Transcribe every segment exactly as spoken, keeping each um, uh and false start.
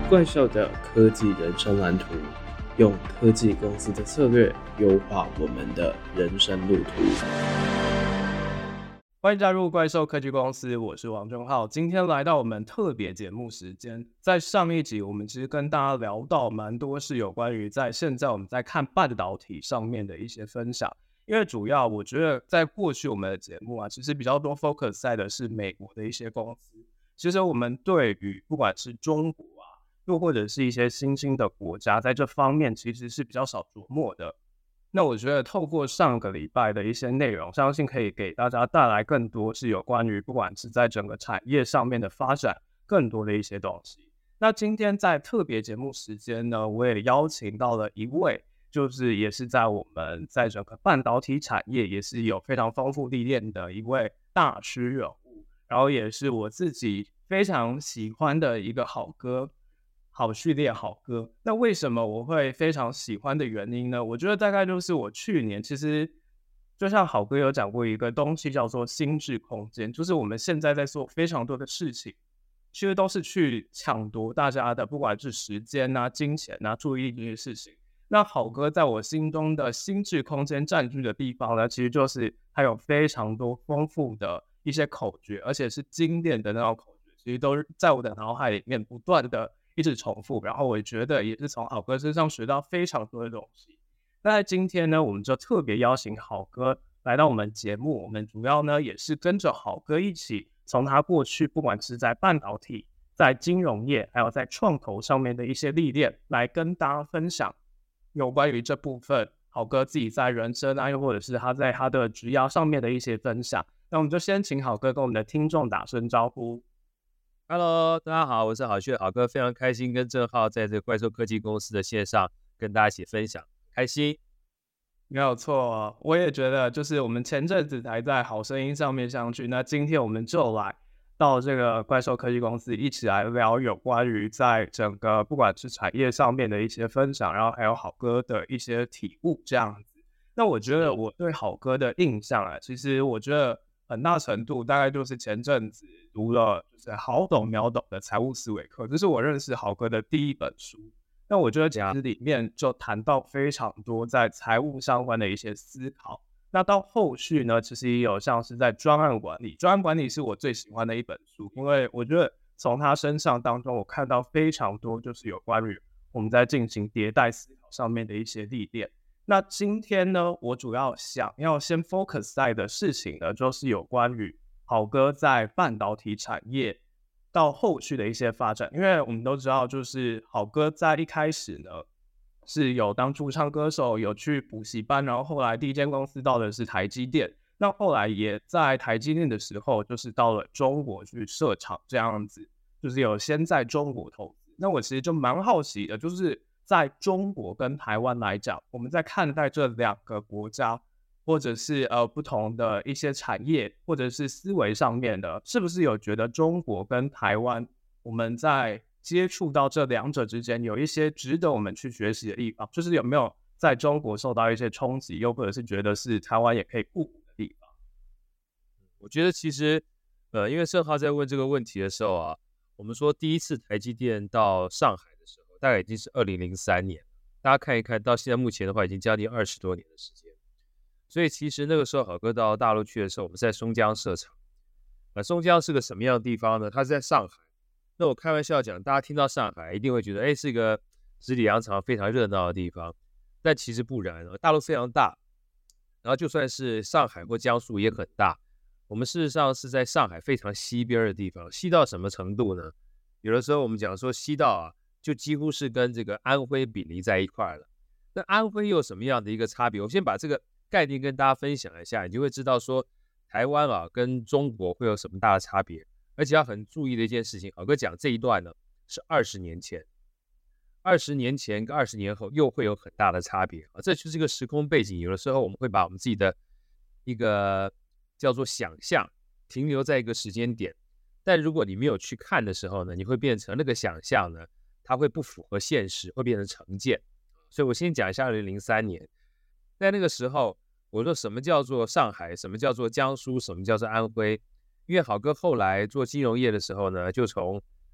怪兽的科技人生蓝图，用科技公司的策略优化我们的人生路途。 欢迎加入怪兽科技公司，我是王正浩。今天来到我们特别节目时间，在上一集我们其实跟大家聊到蛮多是有关于在现在我们在看半导体上面的一些分享。因为主要我觉得在过去我们的节目啊，其实比较多 focus 在的是美国的一些公司。其实我们对于不管是中国啊，又或者是一些新兴的国家，在这方面其实是比较少琢磨的。那我觉得透过上个礼拜的一些内容，相信可以给大家带来更多是有关于不管是在整个产业上面的发展更多的一些东西。那今天在特别节目时间呢，我也邀请到了一位就是也是在我们在整个半导体产业也是有非常丰富历练的一位大师人物，然后也是我自己非常喜欢的一个好哥，好序列好哥。那为什么我会非常喜欢的原因呢？我觉得大概就是我去年其实就像好哥有讲过一个东西叫做心智空间，就是我们现在在做非常多的事情，其实都是去抢夺大家的不管是时间啊、金钱啊、注意力这些事情。那好哥在我心中的心智空间占据的地方呢，其实就是它有非常多丰富的一些口诀，而且是经典的那种口诀，其实都在我的脑海里面不断的一直重复，然后我觉得也是从好哥身上学到非常多的东西。那在今天呢，我们就特别邀请好哥来到我们节目，我们主要呢也是跟着好哥一起从他过去不管是在半导体、在金融业还有在创投上面的一些历练，来跟大家分享有关于这部分好哥自己在人生啊，又或者是他在他的职业上面的一些分享。那我们就先请好哥跟我们的听众打声招呼。 Hello， 大家好，我是好趣的好哥，非常开心跟正浩在这个怪兽科技公司的线上跟大家一起分享，开心。 没有错，我也觉得就是我们前阵子才在好声音上面相聚，那今天我们就来到这个怪兽科技公司一起来聊有关于在整个不管是产业上面的一些分享，然后还有好哥的一些体悟这样子。那我觉得我对好哥的印象啊，其实我觉得很大程度大概就是前阵子读了就是好懂秒懂的财务思维课，这是我认识好哥的第一本书。那我觉得其实里面就谈到非常多在财务相关的一些思考。那到后续呢，其实也有像是在专案管理，专案管理是我最喜欢的一本书，因为我觉得从他身上当中我看到非常多就是有关于我们在进行迭代思考上面的一些历练。那今天呢，我主要想要先 focus 在的事情呢，就是有关于好哥在半导体产业到后续的一些发展。因为我们都知道，就是好哥在一开始呢是有当驻唱歌手，有去补习班，然后后来第一间公司到的是台积电，那后来也在台积电的时候就是到了中国去设厂这样子，就是有先在中国投资。那我其实就蛮好奇的，就是在中国跟台湾来讲，我们在看待这两个国家或者是呃不同的一些产业或者是思维上面的，是不是有觉得中国跟台湾我们在接触到这两者之间有一些值得我们去学习的地方，就是有没有在中国受到一些冲击，又或者是觉得是台湾也可以互补的地方？ 我觉得其实呃，因为正浩在问这个问题的时候啊，我们说第一次台积电到上海的时候大概已经是二零零三年，大家看一看到现在目前的话已经将近二十多年的时间。所以其实那个时候好哥到大陆去的时候，我们在松江设厂。呃，松江是个什么样的地方呢？它是在上海。那我开玩笑讲，大家听到上海一定会觉得，哎，是一个十里洋场非常热闹的地方。但其实不然，大陆非常大，然后就算是上海或江苏也很大。我们事实上是在上海非常西边的地方，西到什么程度呢？有的时候我们讲说西到啊，就几乎是跟这个安徽比邻在一块了。那安徽又有什么样的一个差别？我先把这个概念跟大家分享一下，你就会知道说台湾啊跟中国会有什么大的差别。而且要很注意的一件事情，好哥讲这一段呢是二十年前，二十年前跟二十年后又会有很大的差别啊，这就是一个时空背景。有的时候我们会把我们自己的一个叫做想象停留在一个时间点，但如果你没有去看的时候呢，你会变成那个想象呢，它会不符合现实，会变成成见。所以我先讲一下二零零三年，在那个时候，我说什么叫做上海，什么叫做江苏，什么叫做安徽。因为好哥后来做金融业的时候呢，就从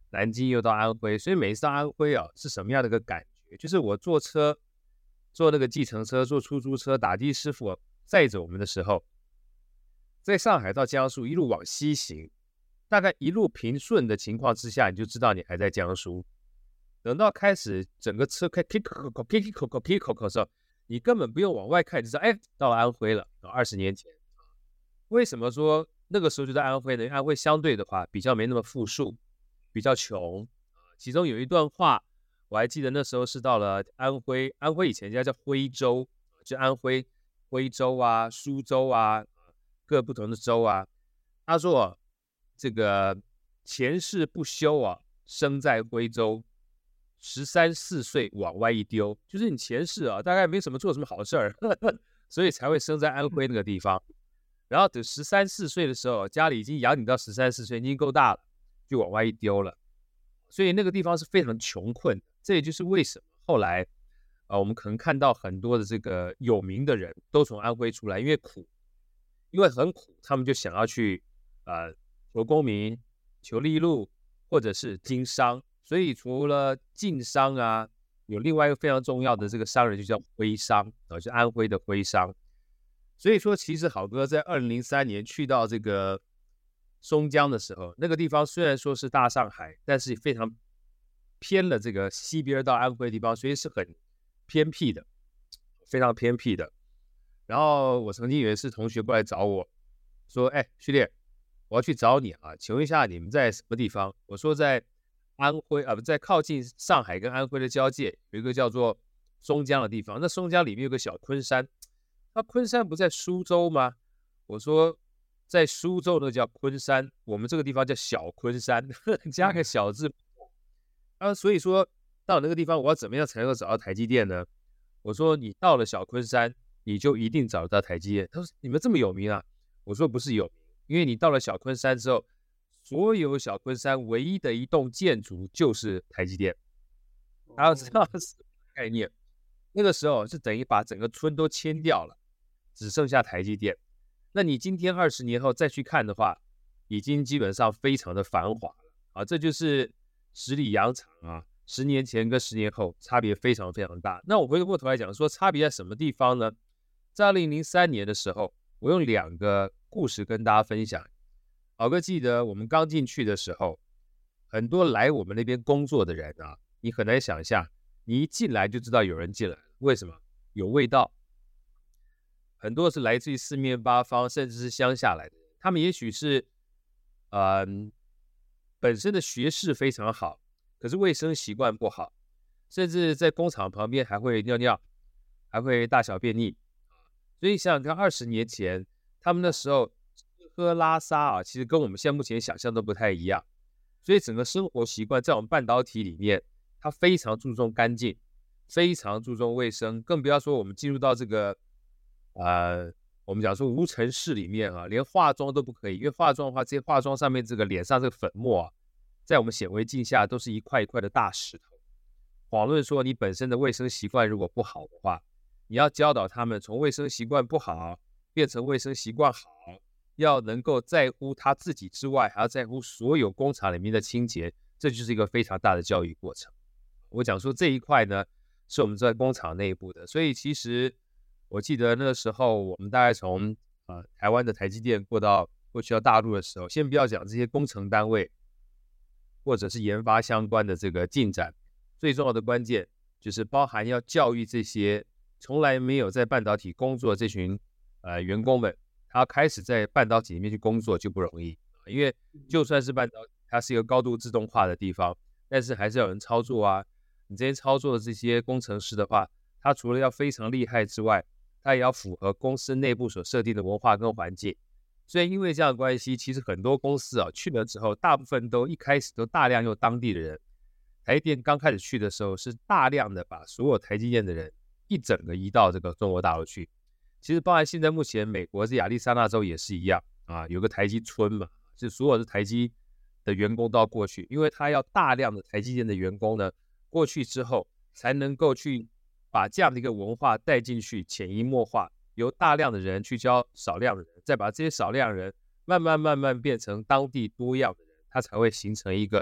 南京又到安徽，所以每次到安徽啊是什么样的一个感觉？就是我坐车，坐那个计程车，坐出租车，打的师傅载着我们的时候，在上海到江苏一路往西行，大概一路平顺的情况之下，你就知道你还在江苏。等到开始整个车开 kick kick kick kick kick kick 的时候，你根本不用往外看，就知道哎，到了安徽了。二十年前，为什么说那个时候就在安徽呢？因为安徽相对的话比较没那么富庶，比较穷。其中有一段话，我还记得那时候是到了安徽，安徽以前家叫徽州，就安徽徽州啊、苏州啊，各不同的州啊。他说这个前世不修啊，生在徽州。十三四岁往外一丢，就是你前世啊，大概没什么做什么好事儿，所以才会生在安徽那个地方。然后等十三四岁的时候，家里已经养你到十三四岁，已经够大了，就往外一丢了。所以那个地方是非常穷困的。这也就是为什么后来呃，我们可能看到很多的这个有名的人都从安徽出来，因为苦，因为很苦，他们就想要去呃求功名、求利禄，或者是经商。所以除了晋商啊，有另外一个非常重要的这个商人就叫徽商啊，就是安徽的徽商。所以说，其实好哥在二零零三年去到这个松江的时候，那个地方虽然说是大上海，但是非常偏了这个西边到安徽的地方，所以是很偏僻的，非常偏僻的。然后我曾经有一次同学过来找我说：“哎，序列，我要去找你啊，请问一下你们在什么地方？”我说在安徽啊，不在靠近上海跟安徽的交界，有一个叫做松江的地方。那松江里面有个小昆山，那昆山不在苏州吗？我说在苏州那叫昆山，我们这个地方叫小昆山，加个小字。啊，所以说到那个地方，我要怎么样才能够找到台积电呢？我说你到了小昆山，你就一定找得到台积电。他说你们这么有名啊？我说不是有名，因为你到了小昆山之后，所有小昆山唯一的一栋建筑就是台积电。还有这样的概念，那个时候是等于把整个村都迁掉了，只剩下台积电。那你今天二十年后再去看的话，已经基本上非常的繁华了啊！这就是十里洋场啊，十年前跟十年后差别非常非常大。那我回过头来讲说，差别在什么地方呢？在二零零三年的时候，我用两个故事跟大家分享。好哥记得我们刚进去的时候，很多来我们那边工作的人啊，你很难想象，你一进来就知道有人进来了。为什么？有味道。很多是来自于四面八方，甚至是乡下来的人，他们也许是呃本身的学识非常好，可是卫生习惯不好，甚至在工厂旁边还会尿尿，还会大小便溺。所以想想看，二十年前他们那时候吃喝拉撒啊，其实跟我们现在目前想象都不太一样。所以整个生活习惯在我们半导体里面，它非常注重干净，非常注重卫生，更不要说我们进入到这个呃，我们讲说无尘室里面啊，连化妆都不可以，因为化妆的话，这些化妆上面这个脸上这个粉末啊，在我们显微镜下都是一块一块的大石头。遑论说你本身的卫生习惯如果不好的话，你要教导他们从卫生习惯不好变成卫生习惯好，要能够在乎他自己之外，还要在乎所有工厂里面的清洁，这就是一个非常大的教育过程。我讲说这一块呢，是我们在工厂内部的，所以其实我记得那个时候，我们大概从呃台湾的台积电过到过去到大陆的时候，先不要讲这些工程单位或者是研发相关的这个进展，最重要的关键就是包含要教育这些从来没有在半导体工作的这群呃员工们，他开始在半导体里面去工作就不容易，因为就算是半导体，它是一个高度自动化的地方，但是还是要有人操作啊。你这些操作的这些工程师的话，他除了要非常厉害之外，他也要符合公司内部所设定的文化跟环境。所以因为这样的关系，其实很多公司啊去了之后，大部分都一开始都大量用当地的人。台积电刚开始去的时候，是大量的把所有台积电的人一整个移到这个中国大陆去。其实包含现在目前美国是亚利桑那州也是一样啊，有个台积村嘛，就所有的台积的员工都要过去，因为他要大量的台积电的员工呢过去之后，才能够去把这样的一个文化带进去，潜移默化，由大量的人去教少量的人，再把这些少量人慢慢慢慢变成当地多样的人，它才会形成一个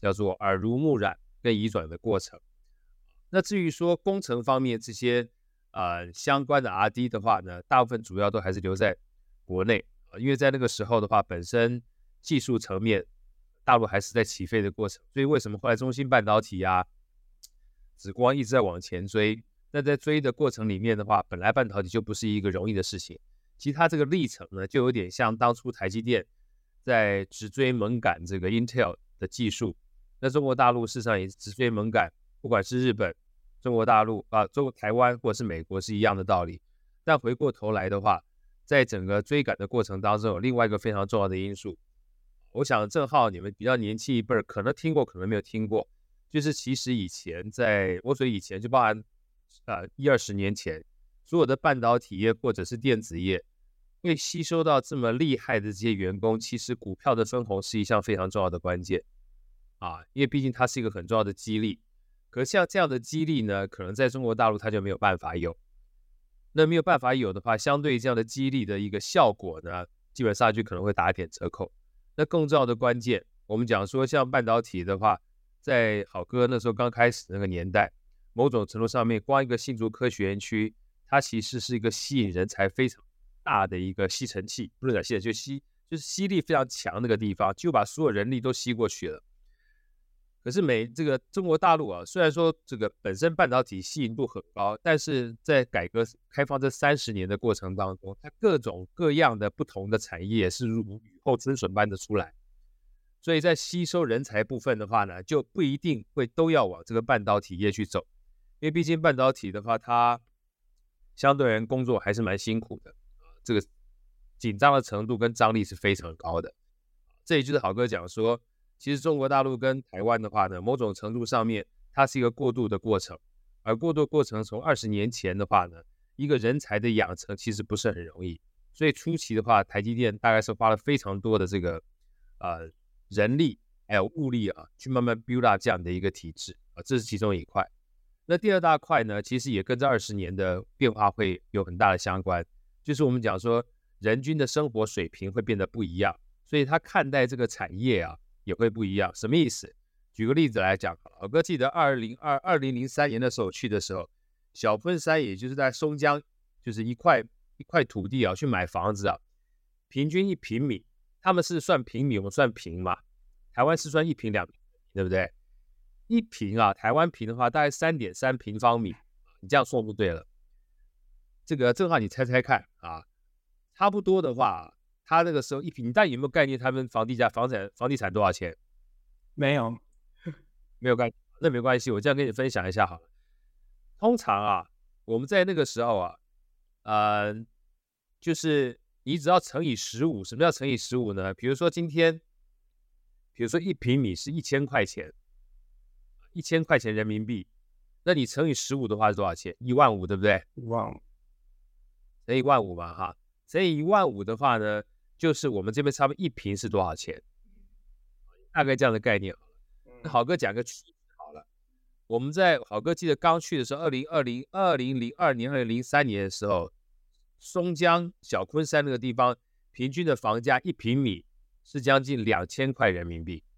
叫做耳濡目染跟移转的过程。那至于说工程方面这些呃相关的 R and D 的话呢，大部分主要都还是留在国内，因为在那个时候的话，本身技术层面大陆还是在起飞的过程，所以为什么后来中芯半导体啊、紫光一直在往前追？那在追的过程里面的话，本来半导体就不是一个容易的事情，其实它这个历程呢，就有点像当初台积电在直追猛赶这个 Intel 的技术，那中国大陆事实上也直追猛赶，不管是日本、中国大陆啊、中国台湾或者是美国是一样的道理。但回过头来的话，在整个追赶的过程当中，有另外一个非常重要的因素，我想正好你们比较年轻一辈可能听过，可能没有听过，就是其实以前在我所以以前就包含呃一二十年前，所有的半导体业或者是电子业会吸收到这么厉害的这些员工，其实股票的分红是一项非常重要的关键啊，因为毕竟它是一个很重要的激励。可是像这样的激励呢，可能在中国大陆它就没有办法有。那没有办法有的话，相对这样的激励的一个效果呢，基本上就可能会打一点折扣。那更重要的关键，我们讲说像半导体的话，在好哥那时候刚开始那个年代，某种程度上面，光一个新竹科学园区，它其实是一个吸引人才非常大的一个吸尘器，不是讲吸尘器，就吸就是吸力非常强那个地方，就把所有人力都吸过去了。可是美这个中国大陆啊，虽然说这个本身半导体吸引度很高，但是在改革开放这三十年的过程当中，它各种各样的不同的产业是如雨后春笋般的出来，所以在吸收人才部分的话呢，就不一定会都要往这个半导体业去走，因为毕竟半导体的话，它相对人工作还是蛮辛苦的，这个紧张的程度跟张力是非常高的。这也就是好哥讲说，其实中国大陆跟台湾的话呢，某种程度上面它是一个过渡的过程，而过渡过程从二十年前的话呢，一个人才的养成其实不是很容易，所以初期的话，台积电大概是花了非常多的这个呃人力还有物力啊，去慢慢 build up 这样的一个体制啊，这是其中一块。那第二大块呢，其实也跟这二十年的变化会有很大的相关，就是我们讲说人均的生活水平会变得不一样，所以他看待这个产业啊也会不一样。什么意思？举个例子来讲，我哥记得二零零三年的时候去的时候，小昆山也就是在松江，就是一块一块土地啊，去买房子啊，平均一平米，他们是算平米，我们算平嘛，台湾是算一平两平，对不对？一平啊，台湾平的话大概 三点三平方米，你这样算不对了。这个正好你猜猜看啊，差不多的话，他那个时候一平，但有没有概念？他们房地价、房产、房地产多少钱？ 没有， 没有概念，那没关系，我这样跟你分享一下好了。通常啊，我们在那个时候啊，呃，就是你只要乘以十五，什么叫乘以十五呢？比如说今天，比如说一平米是一千块钱。一千块钱人民币，那你乘以十五的话是多少钱？一万五，对不对？ 一万五， 乘以一万五嘛，哈，乘以一万五的话呢，就是我们这边差不多一平是多少钱？大概这样的概念好了。那好哥讲个趋势好了，我们在好哥记得刚去的时候，二零二零二零零二年、二零零三年的时候，松江小昆山那个地方，平均的房价一平米是将近两千块人民币。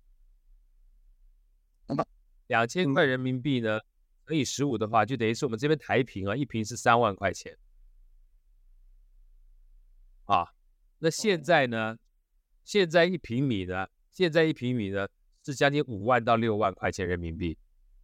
两千块人民币呢，乘以十五的话，就等于是我们这边台平啊，一平是三万块钱啊。那现在呢，现在一平米呢，现在一平米呢是将近五万到六万块钱人民币，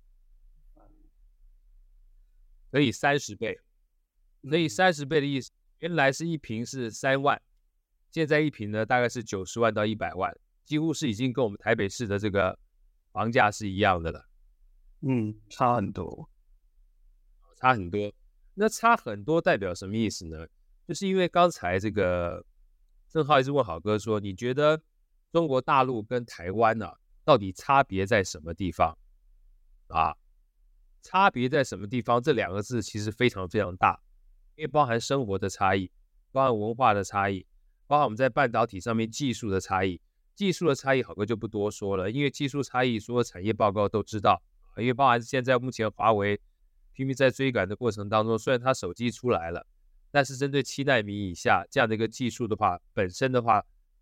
所以三十倍，所以三十倍的意思，原来是一平是三万，现在一平呢大概是九十万到一百万，几乎是已经跟我们台北市的这个房价是一样的了。 嗯，差很多， 差很多。那差很多代表什么意思呢？就是因为刚才这个正浩一直问好哥说，你觉得中国大陆跟台湾啊，到底差别在什么地方啊？差别在什么地方？这两个字其实非常非常大，因为包含生活的差异，包含文化的差异，包含我们在半导体上面技术的差异。技术的差异，好哥就不多说了，因为技术差异，所有产业报告都知道。因为包含现在目前华为拼命在追赶的过程当中，虽然它手机出来了，但是针对七奈米以下这样的一个技术的话，本身的话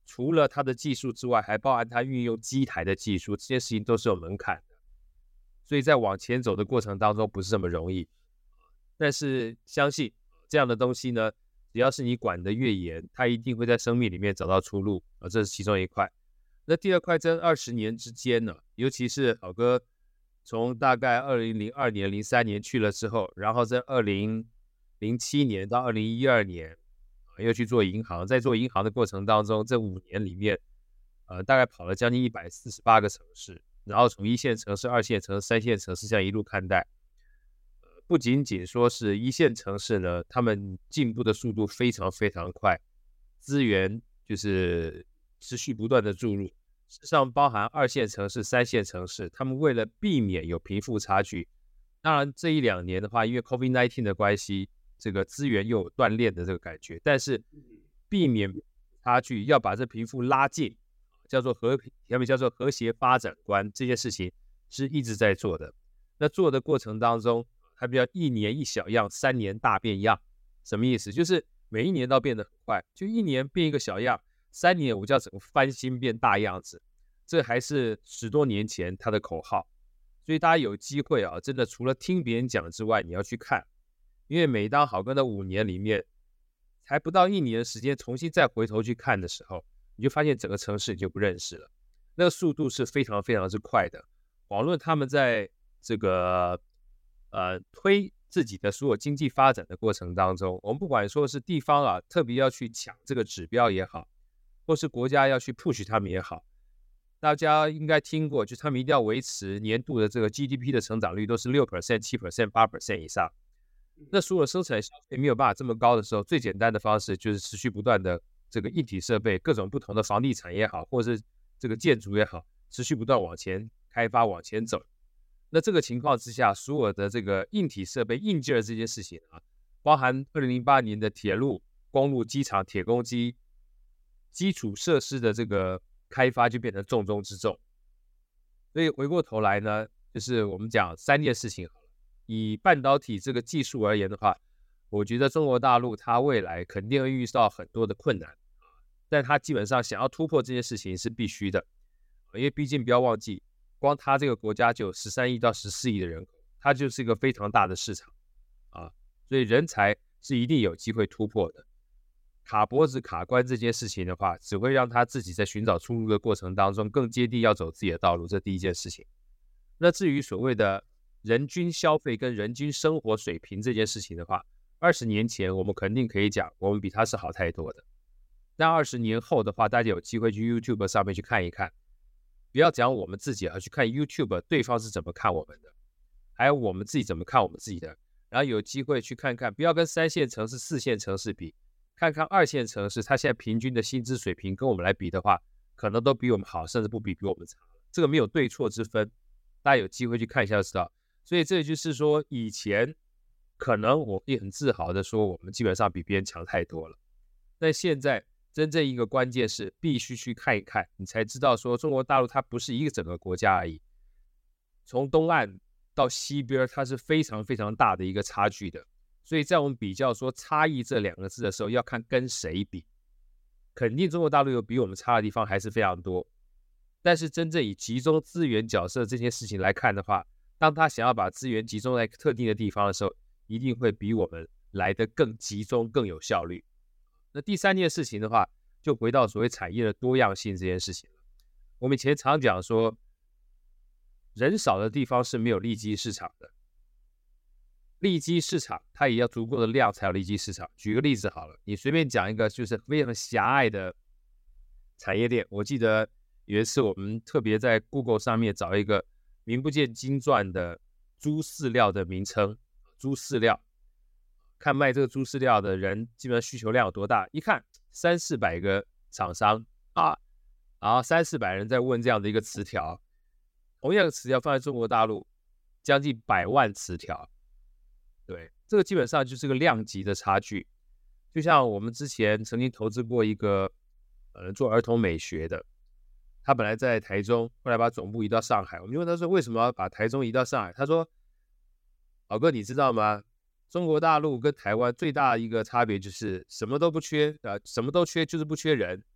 除了它的技术之外，还包含它运用机台的技术，这些事情都是有门槛的。所以在往前走的过程当中不是这么容易。但是相信这样的东西呢，只要是你管得越严，它一定会在生命里面找到出路啊，这是其中一块。那第二块，在二十年之间呢，尤其是好哥从大概二零零二年、零三年去了之后，然后在二零零七年到二零一二年又去做银行，在做银行的过程当中，这五年里面，呃，大概跑了将近一百四十八个城市，然后从一线城市、二线城市、三线城市这样一路看待。呃，不仅仅说是一线城市呢，他们进步的速度非常非常快，资源就是持续不断的注入。事实上，包含二线城市、三线城市，他们为了避免有贫富差距，当然这一两年的话，因为 COVID 十九 的关系，这个资源又有断裂的这个感觉，但是避免差距，要把这贫富拉近，叫做和平，他们叫做和谐发展观，这件事情是一直在做的。那做的过程当中，它比较一年一小样，三年大变样。什么意思？就是每一年都变得很快，就一年变一个小样，三年我就要整个翻新变大样子。这还是十多年前他的口号。所以大家有机会啊，真的除了听别人讲之外，你要去看，因为每当好哥的五年里面，才不到一年的时间，重新再回头去看的时候，你就发现整个城市你就不认识了，那个速度是非常非常之快的。网论他们在这个呃推自己的所有经济发展的过程当中，我们不管说是地方啊特别要去抢这个指标也好，或是国家要去 push 他们也好，大家应该听过，就是他们一定要维持年度的这个 G D P 的成长率都是 百分之六、七、百分之八 以上。那所有的生产消费没有办法这么高的时候，最简单的方式就是持续不断的这个硬体设备，各种不同的房地产也好，或者是这个建筑也好，持续不断往前开发往前走。那这个情况之下，所有的这个硬体设备硬件这件事情啊，包含二零零八年的铁路、公路、机场、铁公基基础设施的这个开发就变成重中之重。所以回过头来呢，就是我们讲三件事情好了。以半导体这个技术而言的话，我觉得中国大陆它未来肯定会遇到很多的困难，但它基本上想要突破这件事情是必须的，因为毕竟不要忘记，光它这个国家就有十三亿到十四亿的人口，它就是一个非常大的市场啊，所以人才是一定有机会突破的。卡脖子卡关这件事情的话，只会让他自己在寻找出路的过程当中更接地要走自己的道路，这第一件事情。那至于所谓的人均消费跟人均生活水平这件事情的话，二十年前我们肯定可以讲我们比他是好太多的。那二十年后的话，大家有机会去 YouTube 上面去看一看，不要讲我们自己，而去看 YouTube 对方是怎么看我们的，还有我们自己怎么看我们自己的，然后有机会去看看，不要跟三线城市、四线城市比，看看二线城市，它现在平均的薪资水平跟我们来比的话，可能都比我们好，甚至不比比我们差了。这个没有对错之分，大家有机会去看一下就知道。所以这就是说，以前可能我也很自豪的说，我们基本上比别人强太多了。但现在真正一个关键是，必须去看一看，你才知道说，中国大陆它不是一个整个国家而已，从东岸到西边，它是非常非常大的一个差距的。所以在我们比较说差异这两个字的时候，要看跟谁比。肯定中国大陆有比我们差的地方还是非常多，但是真正以集中资源角色这件事情来看的话，当他想要把资源集中在特定的地方的时候，一定会比我们来得更集中、更有效率。那第三件事情的话，就回到所谓产业的多样性这件事情了。我们以前常讲说，人少的地方是没有利基市场的，利基市场它也要足够的量才有利基市场。举个例子好了，你随便讲一个就是非常狭隘的产业链。我记得有一次我们特别在 Google 上面找一个名不见经传的猪饲料的名称，猪饲料，看卖这个猪饲料的人基本上需求量有多大，一看三四百个厂商啊，然后三四百人在问这样的一个词条，同样的词条放在中国大陆将近百万词条，对，这个基本上就是个量级的差距。就像我们之前曾经投资过一个呃做儿童美学的，他本来在台中，后来把总部移到上海。我们就问他说，为什么要把台中移到上海？他说，老哥你知道吗？中国大陆跟台湾最大的一个差别就是什么都不缺啊，什么都缺就是不缺人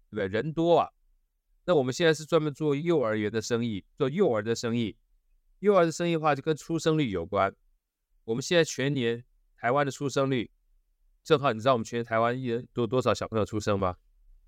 对不对？人多啊。那我们现在是专门做幼儿园的生意，做幼儿的生意。幼儿的生意的话，就跟出生率有关。我们现在全年台湾的出生率，正好你知道我们全年台湾一人多多少小朋友出生吗？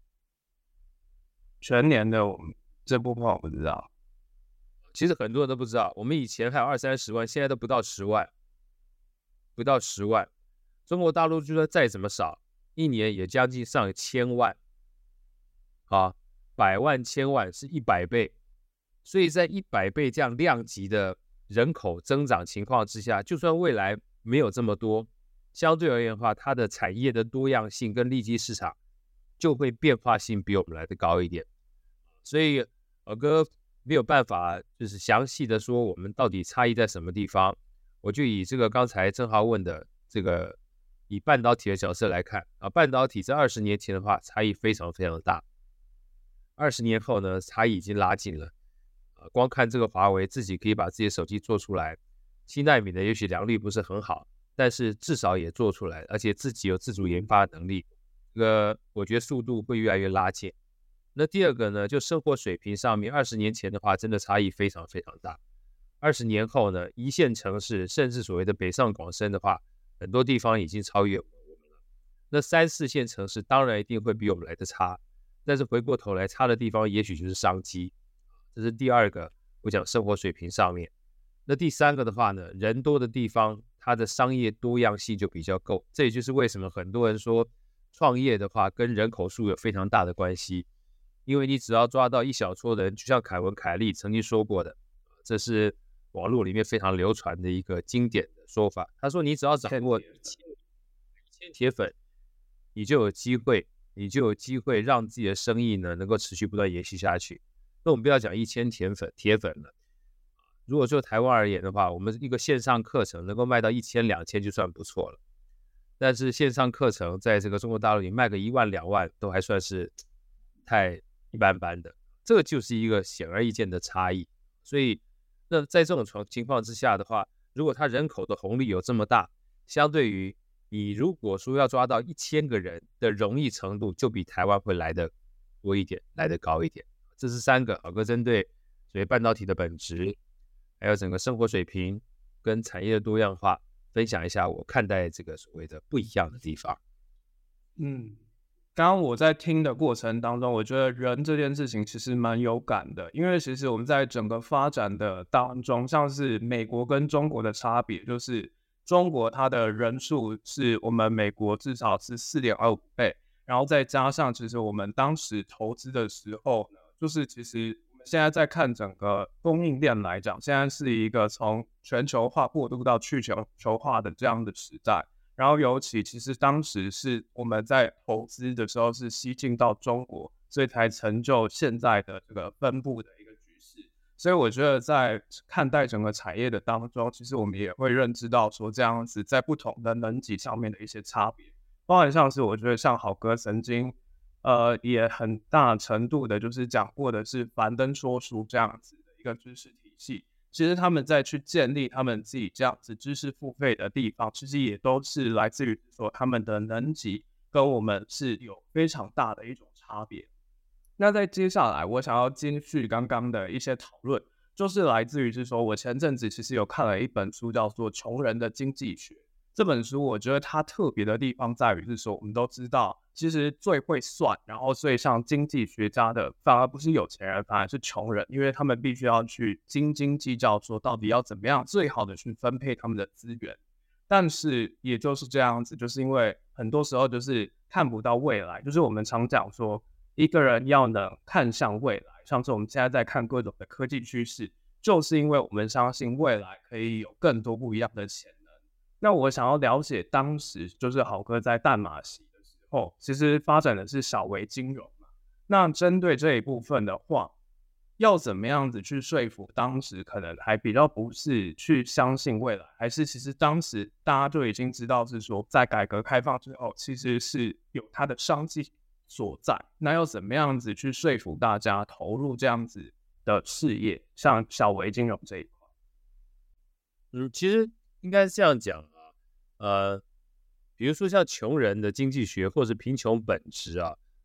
全年的我们这部分我不知道。 其实很多人都不知道，我们以前还有二三十万，现在都不到十万，不到十万。中国大陆就算再怎么少，一年也将近上千万，啊，百万千万是一百倍。所以在一百倍这样量级的人口增长情况之下，就算未来没有这么多，相对而言的话，它的产业的多样性跟利基市场就会变化性比我们来的高一点。所以尔哥没有办法就是详细的说我们到底差异在什么地方，我就以这个刚才正浩问的这个以半导体的角色来看啊，半导体在二十年前的话差异非常非常大，二十年后呢差异已经拉近了。光看这个华为自己可以把自己的手机做出来，七奈米的也许良率不是很好，但是至少也做出来，而且自己有自主研发的能力，这个我觉得速度会越来越拉近。那第二个呢，就生活水平上面，二十年前的话真的差异非常非常大，二十年后呢，一线城市甚至所谓的北上广深的话，很多地方已经超越我们了。那三四线城市当然一定会比我们来的差，但是回过头来差的地方也许就是商机。这是第二个，我讲生活水平上面。那第三个的话呢，人多的地方，它的商业多样性就比较够。这也就是为什么很多人说创业的话跟人口数有非常大的关系，因为你只要抓到一小撮人，就像凯文·凯利曾经说过的，这是网络里面非常流传的一个经典的说法。他说，你只要掌握一千铁粉，你就有机会，你就有机会让自己的生意呢能够持续不断延续下去。那我们不要讲一千铁粉铁粉了，如果就台湾而言的话，我们一个线上课程能够卖到一千两千就算不错了。但是线上课程在这个中国大陆里卖个一万两万都还算是太一般般的，这个就是一个显而易见的差异。所以那在这种情况之下的话，如果它人口的红利有这么大，相对于你如果说要抓到一千个人的容易程度，就比台湾会来得多一点，来得高一点。这是三个好哥针对所谓半导体的本质，还有整个生活水平跟产业的多样化，分享一下我看待这个所谓的不一样的地方。 嗯，刚刚我在听的过程当中，我觉得人这件事情其实蛮有感的，因为其实我们在整个发展的当中，像是美国跟中国的差别，就是中国它的人数是我们美国至少是 四点二五 倍，然后再加上其实我们当时投资的时候呢，就是其实我们现在在看整个供应链来讲，现在是一个从全球化过渡到去全球化的这样的时代。然后尤其其实当时是我们在投资的时候是西进到中国，所以才成就现在的这个分布的一个局势。所以我觉得在看待整个产业的当中，其实我们也会认知到说这样子在不同的能级上面的一些差别。包含像是我觉得像好哥曾经呃也很大程度的就是讲过的是樊登说书这样子的一个知识体系。其实他们在去建立他们自己这样子知识付费的地方，其实也都是来自于说他们的能级跟我们是有非常大的一种差别。那在接下来我想要继续刚刚的一些讨论，就是来自于是说我前阵子其实有看了一本书叫做《穷人的经济学》。这本书我觉得它特别的地方在于是说，我们都知道其实最会算，然后最像经济学家的反而不是有钱人，反而是穷人，因为他们必须要去斤斤计较说到底要怎么样最好的去分配他们的资源。但是也就是这样子，就是因为很多时候就是看不到未来，就是我们常讲说一个人要能看向未来，像是我们现在在看各种的科技趋势，就是因为我们相信未来可以有更多不一样的潜能。那我想要了解当时就是好哥在淡马锡的时候，其实发展的是小微金融嘛。那针对这一部分的话，要怎么样子去说服当时可能还比较不是去相信未来，还是其实当时大家就已经知道是说在改革开放之后其实是有它的商机所在，那要怎么样子去说服大家投入这样子的事业，像小微金融这一块？ 嗯，其实应该是这样讲啊，呃，比如说像穷人的经济学或是贫穷本质啊，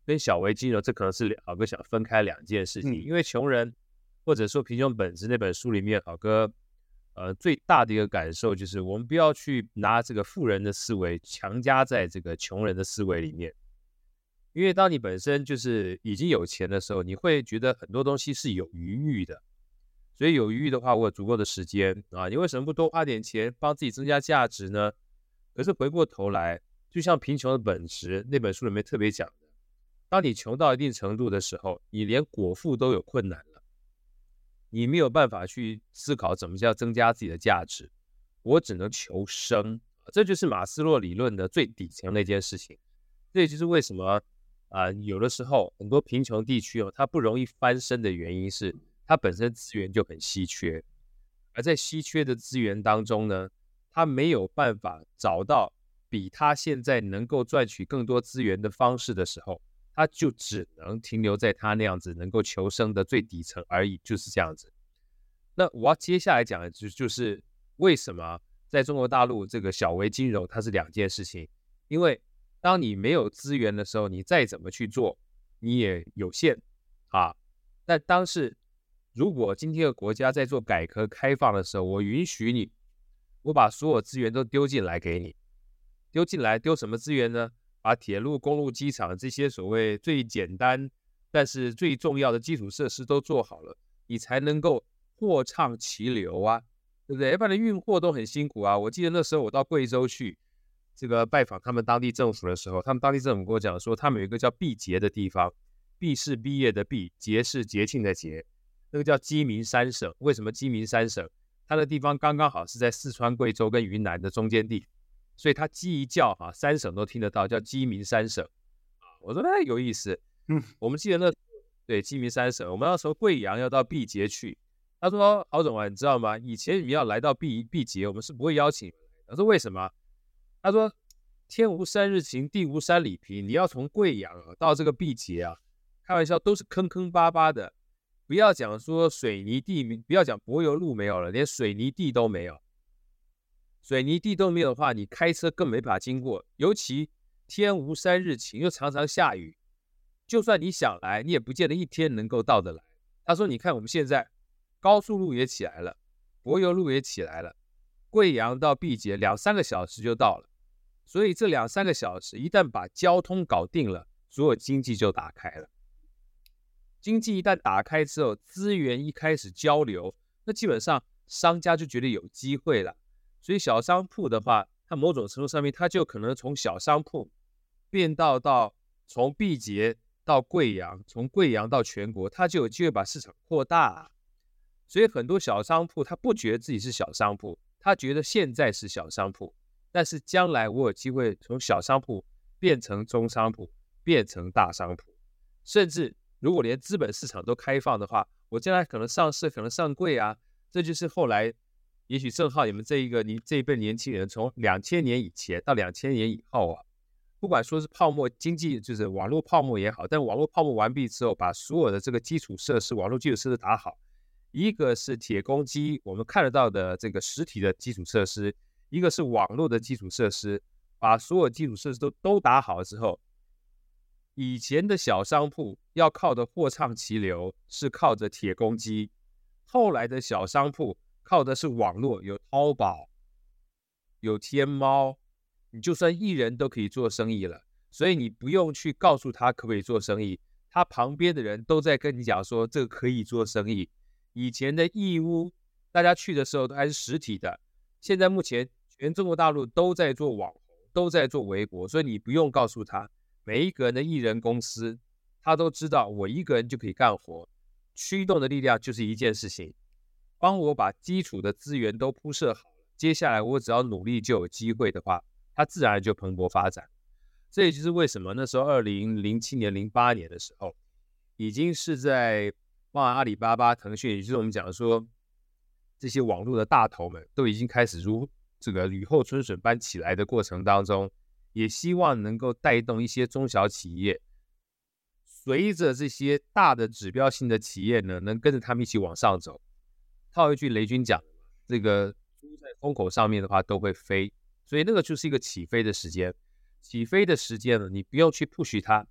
跟小微金融这可能是好哥想分开两件事情，嗯、因为穷人或者说贫穷本质那本书里面，好哥呃最大的一个感受就是我们不要去拿这个富人的思维强加在这个穷人的思维里面，因为当你本身就是已经有钱的时候，你会觉得很多东西是有余裕的，所以有余裕的话，我有足够的时间啊，你为什么不多花点钱帮自己增加价值呢？可是回过头来，就像贫穷的本质那本书里面特别讲的，当你穷到一定程度的时候，你连果腹都有困难了，你没有办法去思考怎么叫增加自己的价值，我只能求生，这就是马斯洛理论的最底层的一件事情。这也就是为什么啊、呃，有的时候很多贫穷地区哦，它不容易翻身的原因是它本身资源就很稀缺，而在稀缺的资源当中呢，它没有办法找到比他现在能够赚取更多资源的方式的时候，他就只能停留在他那样子能够求生的最底层而已，就是这样子。那我要接下来讲的就就是为什么在中国大陆这个小微金融它是两件事情，因为当你没有资源的时候，你再怎么去做你也有限啊。但当是如果今天的国家在做改革开放的时候，我允许你，我把所有资源都丢进来给你，丢进来丢什么资源呢？把铁路、公路、机场这些所谓最简单但是最重要的基础设施都做好了，你才能够货畅其流啊，对不对？要不然运货都很辛苦啊。我记得那时候我到贵州去这个拜访他们当地政府的时候，他们当地政府跟我讲说，他们有一个叫毕节的地方，毕是毕业的毕，节是节庆的节，那个叫鸡鸣三省。为什么鸡鸣三省？它的地方刚刚好是在四川、贵州跟云南的中间地，所以它鸡一叫哈、啊，三省都听得到，叫鸡鸣三省。我说哎有意思，嗯，我们记得那对鸡鸣三省，我们那时候贵阳要到毕节去，他说郝总啊，你知道吗？以前你们要来到毕毕节，我们是不会邀请你们来的。我说为什么？他说天无三日晴，地无三里平，你要从贵阳、啊、到这个毕节啊，开玩笑都是坑坑巴巴的，不要讲说水泥地，不要讲柏油路没有了，连水泥地都没有。水泥地都没有的话，你开车更没法经过，尤其天无三日晴，又常常下雨，就算你想来，你也不见得一天能够到得来。他说你看我们现在高速路也起来了，柏油路也起来了，贵阳到毕节两三个小时就到了，所以这两三个小时一旦把交通搞定了，所有经济就打开了。经济一旦打开之后，资源一开始交流，那基本上商家就觉得有机会了。所以小商铺的话，它某种程度上面，它就可能从小商铺变到到从毕节到贵阳，从贵阳到全国，它就有机会把市场扩大。所以很多小商铺，他不觉得自己是小商铺，他觉得现在是小商铺，但是将来我有机会从小商铺变成中商铺，变成大商铺，甚至如果连资本市场都开放的话，我将来可能上市，可能上柜啊。这就是后来也许正好你们这一个你这一辈年轻人从两千年以前到两千年以后啊，不管说是泡沫经济，就是网络泡沫也好，但网络泡沫完毕之后，把所有的这个基础设施，网络基础设施打好，一个是铁公鸡我们看得到的这个实体的基础设施，一个是网络的基础设施，把所有基础设施都都打好之后，以前的小商铺要靠的货畅其流是靠着铁公鸡，后来的小商铺靠的是网络，有淘宝，有天猫，你就算一人都可以做生意了，所以你不用去告诉他可不可以做生意，他旁边的人都在跟你讲说这个可以做生意。以前的义乌大家去的时候都还是实体的，现在目前全中国大陆都在做网红，都在做微博，所以你不用告诉他，每一个人的艺人公司他都知道我一个人就可以干活，驱动的力量就是一件事情，帮我把基础的资源都铺设好了，接下来我只要努力就有机会的话，它自然就蓬勃发展。这也就是为什么那时候二零零七年零八年的时候，已经是在包含阿里巴巴、腾讯，也就是我们讲说这些网络的大头们都已经开始如这个雨后春笋般起来的过程当中，也希望能够带动一些中小企业，随着这些大的指标性的企业呢，能跟着他们一起往上走。套一句雷军讲，这个猪在风口上面的话都会飞，所以那个就是一个起飞的时间。起飞的时间呢，你不用去 push 它，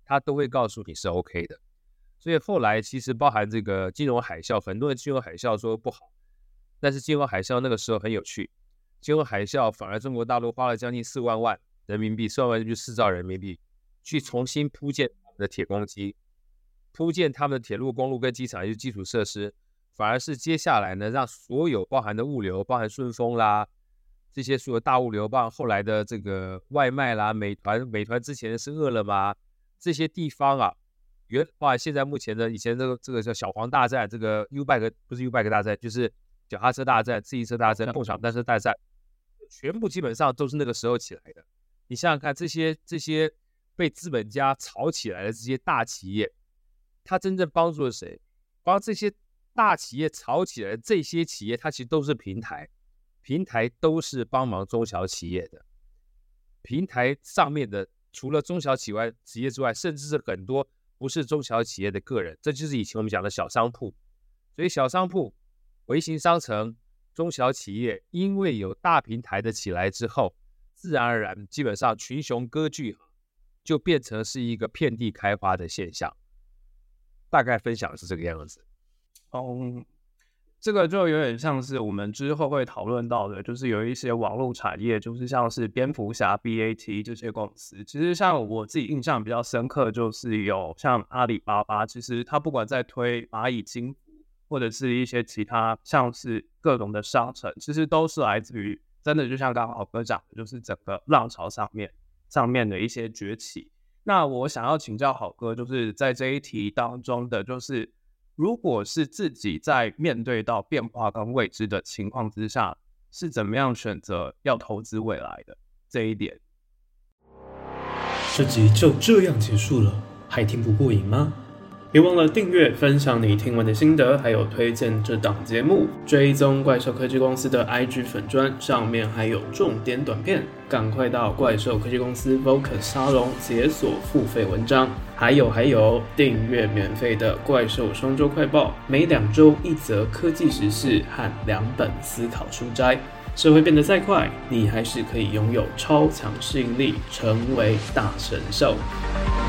他都会告诉你是 OK 的。所以后来其实包含这个金融海啸，很多人金融海啸说不好，但是金融海啸那个时候很有趣，金融海啸反而中国大陆花了将近四万万人民币，四万万就四兆人民币去重新铺建他们的铁公鸡，铺建他们的铁路、公路跟机场，也就是基础设施，反而是接下来呢，让所有包含的物流，包含顺丰啦，这些所有大物流，包含后来的这个外卖啦，美团，美团之前是饿了么，这些地方啊，原包含现在目前的以前这个这个叫小黄大战，这个 U-Bike 不是 U-Bike 大战，就是脚踏车大战、自行车大战、共享单车大战，全部基本上都是那个时候起来的。你想想看，这些这些被资本家炒起来的这些大企业，它真正帮助了谁？帮这些大企业炒起来的这些企业，它其实都是平台，平台都是帮忙中小企业的。平台上面的除了中小企业之外，甚至是很多不是中小企业的个人，这就是以前我们讲的小商铺。所以小商铺、微型商城、中小企业，因为有大平台的起来之后，自然而然基本上群雄割据，就变成是一个遍地开花的现象。大概分享的是这个样子。 嗯，这个就有点像是我们之后会讨论到的，就是有一些网络产业，就是像是蝙蝠侠 B A T 这些公司。其实像我自己印象比较深刻，就是有像阿里巴巴，其实它不管在推蚂蚁金服，或者是一些其他像是各种的商城，其实都是来自于真的就像刚刚豪哥讲的，就是整个浪潮上面上面的一些崛起。那我想要请教豪哥，就是在这一题当中的，就是如果是自己在面对到变化跟未知的情况之下，是怎么样选择要投资未来的这一点。 这集就这样结束了，还听不过瘾吗？别忘了订阅、分享你听完的心得，还有推荐这档节目，追踪怪兽科技公司的 I G 粉专，上面还有重点短片，赶快到怪兽科技公司 Vocus 沙龙解锁付费文章。还有还有，订阅免费的怪兽双周快报，每两周一则科技时事和两本思考书斋。社会变得再快，你还是可以拥有超强适应力，成为大神兽。